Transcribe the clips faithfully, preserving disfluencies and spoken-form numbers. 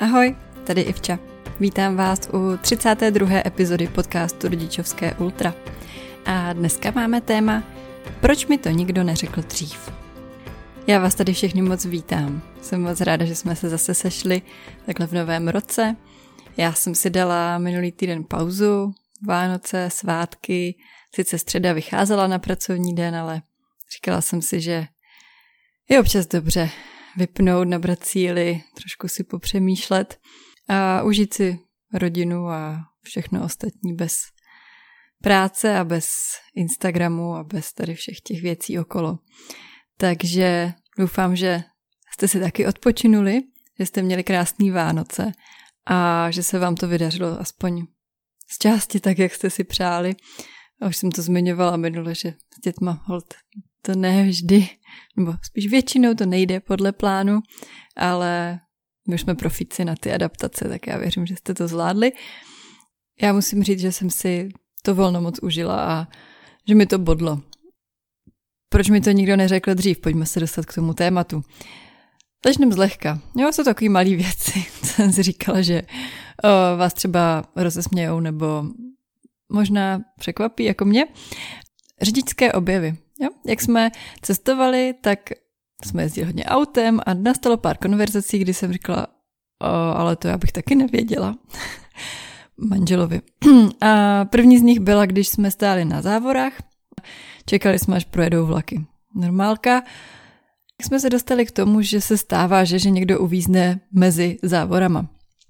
Ahoj, tady Ivča. Vítám vás u třicáté druhé epizody podcastu Rodičovské Ultra. A dneska máme téma Proč mi to nikdo neřekl dřív? Já vás tady všechny moc vítám. Jsem moc ráda, že jsme se zase sešli takhle v novém roce. Já jsem si dala minulý týden pauzu, Vánoce, svátky, sice středa vycházela na pracovní den, ale říkala jsem si, že je občas dobře vypnout, nabrat síly, trošku si popřemýšlet a užít si rodinu a všechno ostatní bez práce a bez Instagramu a bez tady všech těch věcí okolo. Takže doufám, že jste si taky odpočinuli, že jste měli krásný Vánoce a že se vám to vydařilo aspoň z části tak, jak jste si přáli. A už jsem to zmiňovala minule, že s dětma hold to ne vždy, nebo spíš většinou to nejde podle plánu, ale my už jsme profíci na ty adaptace, tak já věřím, že jste to zvládli. Já musím říct, že jsem si to volno moc užila a že mi to bodlo. Proč mi to nikdo neřekl dřív? Pojďme se dostat k tomu tématu. Začneme zlehka. Jo, jsou takový malý věci, co jsem si říkala, že o, vás třeba rozesmějou nebo možná překvapí jako mě. Řidičské objevy. Jo? Jak jsme cestovali, tak jsme jezdili hodně autem a nastalo pár konverzací, kdy jsem říkala, o, ale to já bych taky nevěděla. Manželovi. A první z nich byla, když jsme stáli na závorách, čekali jsme, až projedou vlaky. Normálka. Jak jsme se dostali k tomu, že se stává, že, že někdo uvízne mezi závorama.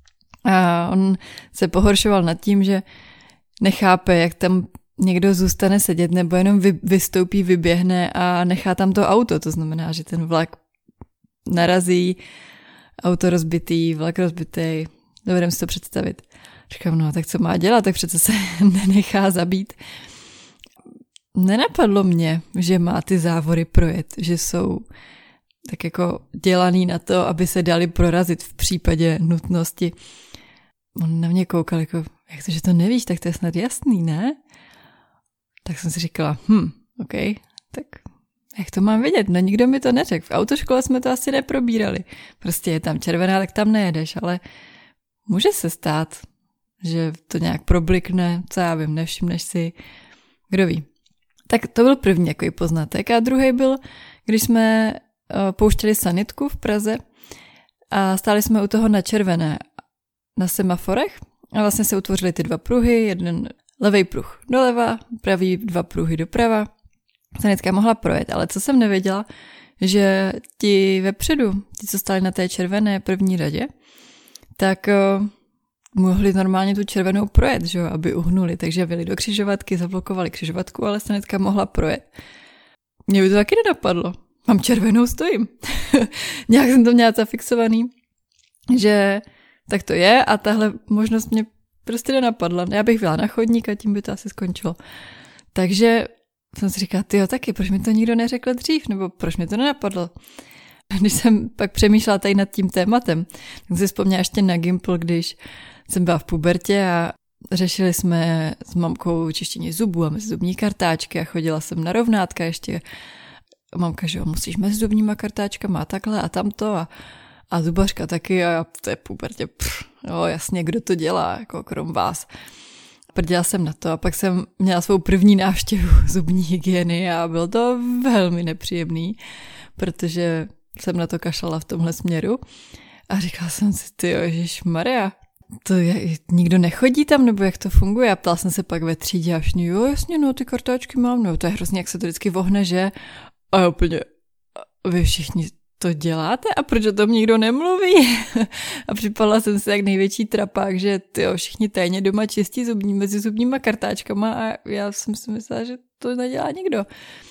A on se pohoršoval nad tím, že nechápe, jak tam někdo zůstane sedět nebo jenom vy, vystoupí, vyběhne a nechá tam to auto. To znamená, že ten vlak narazí, auto rozbitý, vlak rozbitý. Dovedeme si to představit. Říkám, no tak co má dělat, tak přece se nenechá zabít. Nenapadlo mě, že má ty závory projet, že jsou tak jako dělaný na to, aby se dali prorazit v případě nutnosti. On na mě koukal jako, jak to, že to nevíš, tak to je snad jasný, ne? Tak jsem si říkala, hm, ok, tak jak to mám vědět? No nikdo mi to neřekl. V autoškole jsme to asi neprobírali. Prostě je tam červená, tak tam nejedeš, ale může se stát, že to nějak problikne, co já vím, nevšimneš si, kdo ví. Tak to byl první takový poznatek a druhý byl, když jsme pouštěli sanitku v Praze a stáli jsme u toho na červené na semaforech a vlastně se utvořily ty dva pruhy, jeden levý pruh doleva, pravý dva pruhy doprava. Sanitka mohla projet, ale co jsem nevěděla, že ti vepředu, ti, co stáli na té červené první řadě, tak mohli normálně tu červenou projet, že jo, aby uhnuli, takže byli do křižovatky, zablokovali křižovatku, ale sanitka mohla projet. Mně by to taky nenapadlo. Mám červenou, stojím. Nějak jsem to měla zafixovaný, že tak to je a tahle možnost mě prostě nenapadla. Já bych byla na chodník a tím by to asi skončilo. Takže jsem si říkala, tyjo, taky, proč mi to nikdo neřekl dřív, nebo proč mi to nenapadlo? Když jsem pak přemýšlela tady nad tím tématem, tak si vzpomněla ještě na Gimpl, když jsem byla v pubertě a řešili jsme s mamkou čištění zubů a mezzubní kartáčky a chodila jsem na rovnátka ještě. Mamka, že jo, musíš mezi zubníma kartáčkama a takhle a tamto a, a zubařka taky a já v té pubertě, pff, jo, jasně, kdo to dělá, jako krom vás. Prděla jsem na to a pak jsem měla svou první návštěvu zubní hygieny a bylo to velmi nepříjemný, protože jsem na to kašlala v tomhle směru a říkala jsem si, ty ježišmarja, to je, nikdo nechodí tam, nebo jak to funguje? A ptala jsem se pak ve třídě a všichni, jo jasně, no ty kartáčky mám, no to je hrozně, jak se to vždycky vohne, že? A já úplně, vy všichni to děláte a proč o tom nikdo nemluví? A připadla jsem se jak největší trapák, že tyjo, všichni tajně doma čistí zubní, mezi zubníma kartáčkama a já jsem si myslela, že to nedělá nikdo.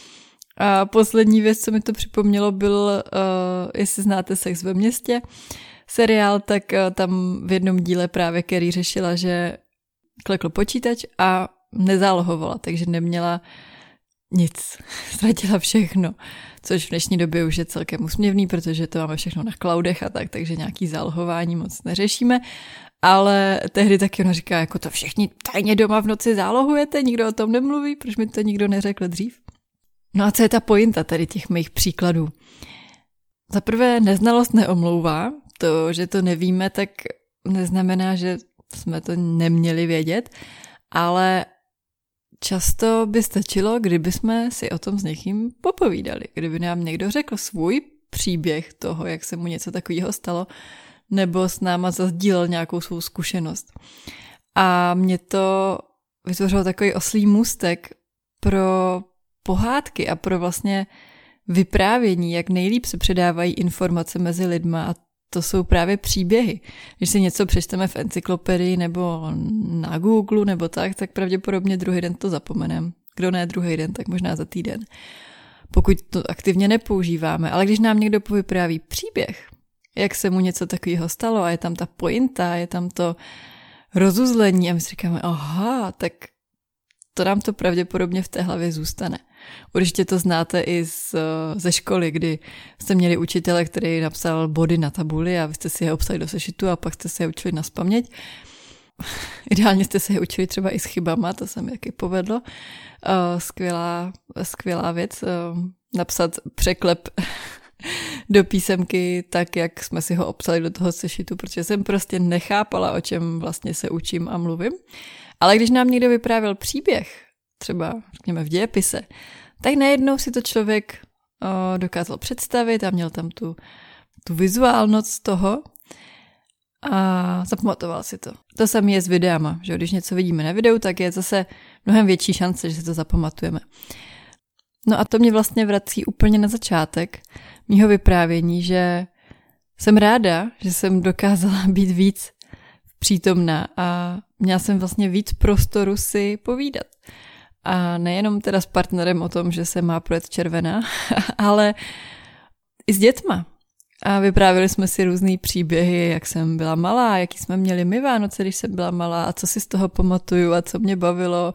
A poslední věc, co mi to připomnělo, byl, uh, jestli znáte Sex ve městě, seriál, tak uh, tam v jednom díle právě Carrie řešila, že klekl počítač a nezálohovala, takže neměla nic, ztratila všechno, což v dnešní době už je celkem úsměvný, protože to máme všechno na cloudech a tak, takže nějaký zálohování moc neřešíme, ale tehdy taky ona říká, jako to všichni tajně doma v noci zálohujete, nikdo o tom nemluví, proč mi to nikdo neřekl dřív? No a co je ta pointa tady těch mých příkladů? Za prvé, neznalost neomlouvá, To, že to nevíme, tak neznamená, že jsme to neměli vědět, ale často by stačilo, kdyby jsme si o tom s někým popovídali, kdyby nám někdo řekl svůj příběh toho, jak se mu něco takového stalo, nebo s náma zazdílel nějakou svou zkušenost. A mě to vytvořilo takový oslý můstek pro pohádky a pro vlastně vyprávění, jak nejlíp se předávají informace mezi lidma, a to jsou právě příběhy. Když si něco přečteme v encyklopedii nebo na Google nebo tak, tak pravděpodobně druhý den to zapomeneme. Kdo ne druhý den, tak možná za týden. Pokud to aktivně nepoužíváme. Ale když nám někdo povypráví příběh, jak se mu něco takového stalo a je tam ta pointa, je tam to rozuzlení a my si říkáme, aha, tak to nám to pravděpodobně v té hlavě zůstane. Určitě to znáte i z, ze školy, kdy jste měli učitele, který napsal body na tabuli a vy jste si je obsali do sešitu a pak jste se je učili nazpaměť. Ideálně jste se je učili třeba i s chybama, to se mi taky povedlo. Skvělá, skvělá věc, napsat překlep do písemky tak, jak jsme si ho obsali do toho sešitu, protože jsem prostě nechápala, o čem vlastně se učím a mluvím. Ale když nám někdo vyprávěl příběh, třeba řekněme v dějepise, tak najednou si to člověk o, dokázal představit a měl tam tu, tu vizuálnost toho a zapamatoval si to. To samé je s videama, že když něco vidíme na videu, tak je zase mnohem větší šance, že si to zapamatujeme. No a to mě vlastně vrací úplně na začátek mýho vyprávění, že jsem ráda, že jsem dokázala být víc přítomná a měla jsem vlastně víc prostoru si povídat. A nejenom teda s partnerem o tom, že se má projet červená, ale i s dětma. A vyprávěli jsme si různý příběhy, jak jsem byla malá, jaký jsme měli my Vánoce, když jsem byla malá a co si z toho pamatuju a co mě bavilo.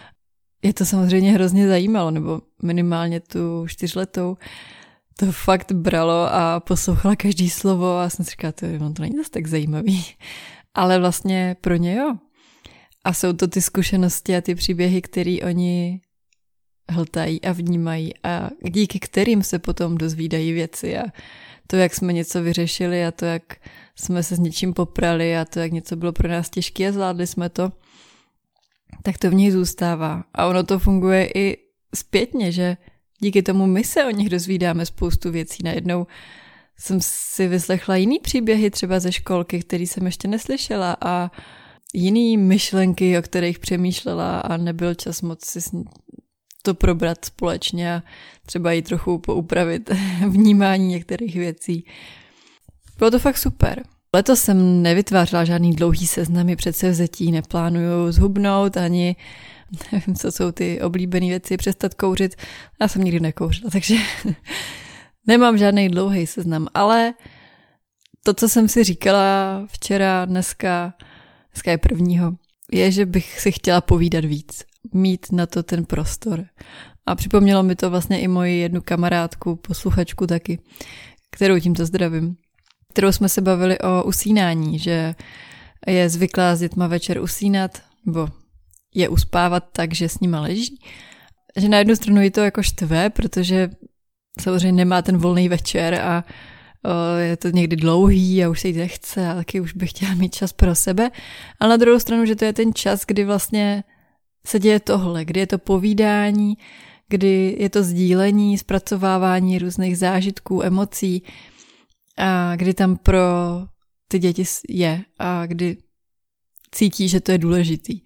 Je to samozřejmě hrozně zajímalo, nebo minimálně tu čtyřletou to fakt bralo a poslouchala každý slovo a jsem si říkala, to, to není zase tak zajímavý. Ale vlastně pro ně jo. A jsou to ty zkušenosti a ty příběhy, které oni hltají a vnímají a díky kterým se potom dozvídají věci a to, jak jsme něco vyřešili a to, jak jsme se s něčím poprali a to, jak něco bylo pro nás těžké a zvládli jsme to, tak to v nich zůstává. A ono to funguje i zpětně, že díky tomu my se o nich dozvídáme spoustu věcí. Najednou jsem si vyslechla jiný příběhy třeba ze školky, který jsem ještě neslyšela a jiný myšlenky, o kterých přemýšlela a nebyl čas moc si to probrat společně a třeba i trochu poupravit vnímání některých věcí. Bylo to fakt super. Letos jsem nevytvářela žádný dlouhý seznamy předsevzetí, neplánuju zhubnout ani nevím, co jsou ty oblíbené věci, přestat kouřit. Já jsem nikdy nekouřila, takže nemám žádný dlouhý seznam, ale to, co jsem si říkala včera, dneska, dneska je prvního, je, že bych si chtěla povídat víc, mít na to ten prostor. A připomnělo mi to vlastně i moji jednu kamarádku, posluchačku taky, kterou tímto zdravím, kterou jsme se bavili o usínání, že je zvyklá s dětma večer usínat, nebo je uspávat tak, že s nima leží. Že na jednu stranu je to jako štve, protože samozřejmě nemá ten volný večer a o, je to někdy dlouhý a už se jí nechce a taky už bych chtěla mít čas pro sebe. Ale na druhou stranu, že to je ten čas, kdy vlastně se děje tohle, kdy je to povídání, kdy je to sdílení, zpracovávání různých zážitků, emocí a kdy tam pro ty děti je a kdy cítí, že to je důležitý.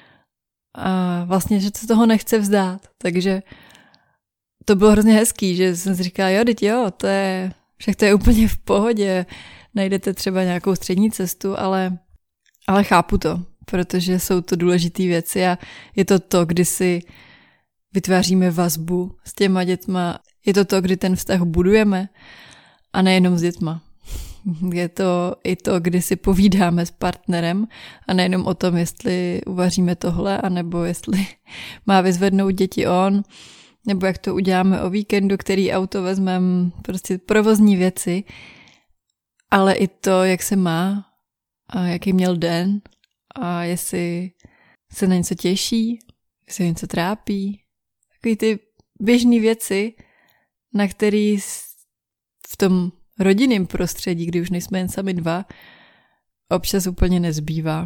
A vlastně, že se toho nechce vzdát. Takže to bylo hrozně hezký, že jsem si říkala, jo, teď jo, to je, však to je úplně v pohodě, najdete třeba nějakou střední cestu, ale, ale chápu to, protože jsou to důležité věci a je to to, kdy si vytváříme vazbu s těma dětma, je to to, kdy ten vztah budujeme a nejenom s dětma. Je to i to, kdy si povídáme s partnerem a nejenom o tom, jestli uvaříme tohle, anebo jestli má vyzvednout děti on, nebo jak to uděláme o víkendu, který auto vezmeme, prostě provozní věci, ale i to, jak se má a jaký měl den a jestli se na něco těší, jestli něco trápí. Takový ty běžné věci, na který v tom rodinném prostředí, kdy už nejsme jen sami dva, občas úplně nezbývá.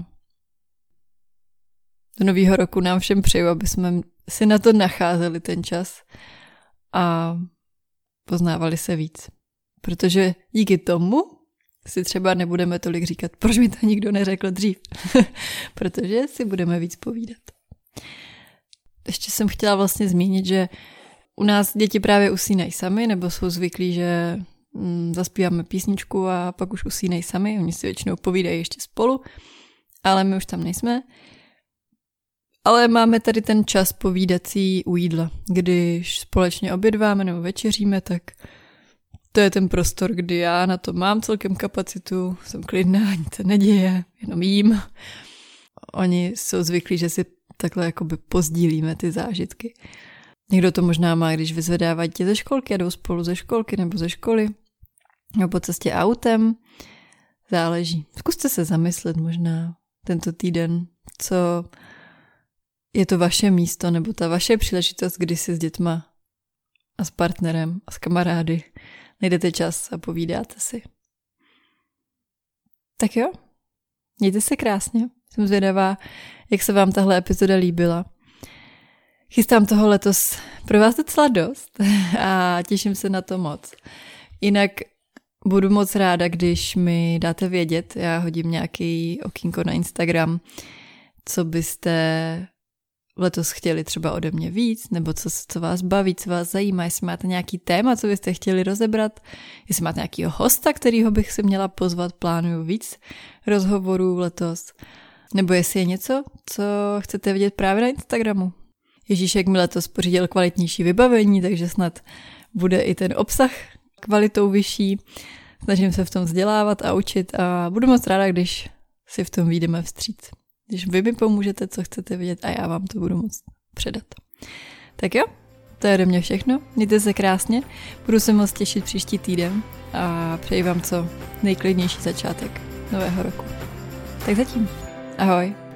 Do nového roku nám všem přeju, aby jsme si na to nacházeli ten čas a poznávali se víc. Protože díky tomu si třeba nebudeme tolik říkat, proč mi to nikdo neřekl dřív, protože si budeme víc povídat. Ještě jsem chtěla vlastně zmínit, že u nás děti právě usínají sami, nebo jsou zvyklí, že mm, zaspíváme písničku a pak už usínají sami, oni si většinou povídají ještě spolu, ale my už tam nejsme. Ale máme tady ten čas povídací u jídla, když společně obědváme nebo večeříme, tak to je ten prostor, kdy já na to mám celkem kapacitu, jsem klidná, nic se neděje, jenom jím. Oni jsou zvyklí, že si takhle jakoby pozdílíme ty zážitky. Někdo to možná má, když vyzvedávají děti ze školky a jdou spolu ze školky nebo ze školy, nebo po cestě autem. Záleží. Zkuste se zamyslet možná tento týden, co je to vaše místo nebo ta vaše příležitost, kdy si s dětma a s partnerem a s kamarády najdete čas a povídáte si. Tak jo, mějte se krásně. Jsem zvědavá, jak se vám tahle epizoda líbila. Chystám toho letos pro vás docela dost a těším se na to moc. Jinak budu moc ráda, když mi dáte vědět, já hodím nějaký okýnko na Instagram, co byste letos chtěli třeba ode mě víc, nebo co, co vás baví, co vás zajímá, jestli máte nějaký téma, co byste chtěli rozebrat, jestli máte nějakýho hosta, kterýho bych si měla pozvat, plánuju víc rozhovorů letos, nebo jestli je něco, co chcete vidět právě na Instagramu. Ježíšek mi letos pořídil kvalitnější vybavení, takže snad bude i ten obsah kvalitou vyšší. Snažím se v tom vzdělávat a učit a budu moc ráda, když si v tom vyjdeme vstříc. Když vy mi pomůžete, co chcete vidět a já vám to budu moct předat. Tak jo, to je ode mě všechno. Mějte se krásně, budu se moc těšit příští týden a přeji vám co nejklidnější začátek nového roku. Tak zatím. Ahoj.